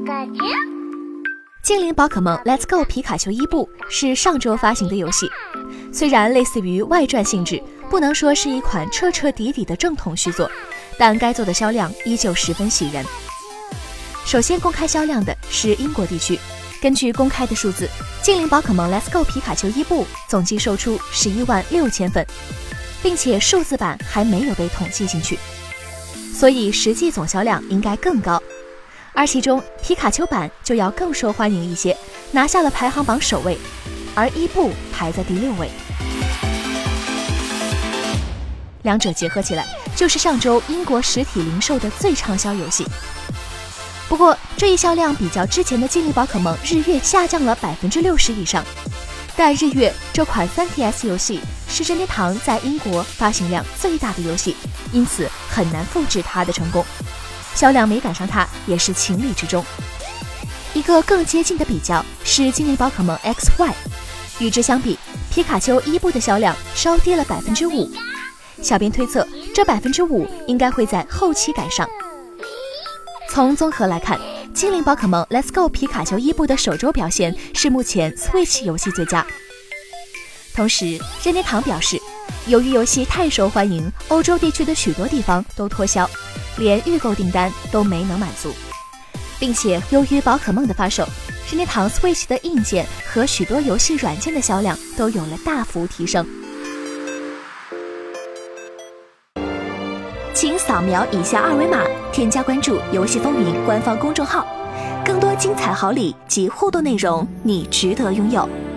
精灵宝可梦 Let's Go 皮卡丘伊布是上周发行的游戏，虽然类似于外传性质，不能说是一款彻彻底底的正统续作，但该作的销量依旧十分喜人。首先公开销量的是英国地区，根据公开的数字，精灵宝可梦 Let's Go 皮卡丘伊布总计售出116000份，并且数字版还没有被统计进去，所以实际总销量应该更高。而其中皮卡丘版就要更受欢迎一些，拿下了排行榜首位，而伊布排在第6位。两者结合起来，就是上周英国实体零售的最畅销游戏。不过这一销量比较之前的精灵宝可梦日月下降了60%以上，但日月这款 3DS 游戏是任天堂在英国发行量最大的游戏，因此很难复制它的成功，销量没赶上它也是情理之中。一个更接近的比较是精灵宝可梦 XY， 与之相比，皮卡丘伊布的销量稍低了5%，小编推测这5%应该会在后期赶上。从综合来看，精灵宝可梦 Let's Go 皮卡丘伊布的首周表现是目前 Switch 游戏最佳。同时任天堂表示，由于游戏太受欢迎，欧洲地区的许多地方都脱销，连预购订单都没能满足，并且由于宝可梦的发售，任天堂 Switch 的硬件和许多游戏软件的销量都有了大幅提升。请扫描以下2维码，添加关注游戏风云官方公众号，更多精彩好礼及互动内容，你值得拥有。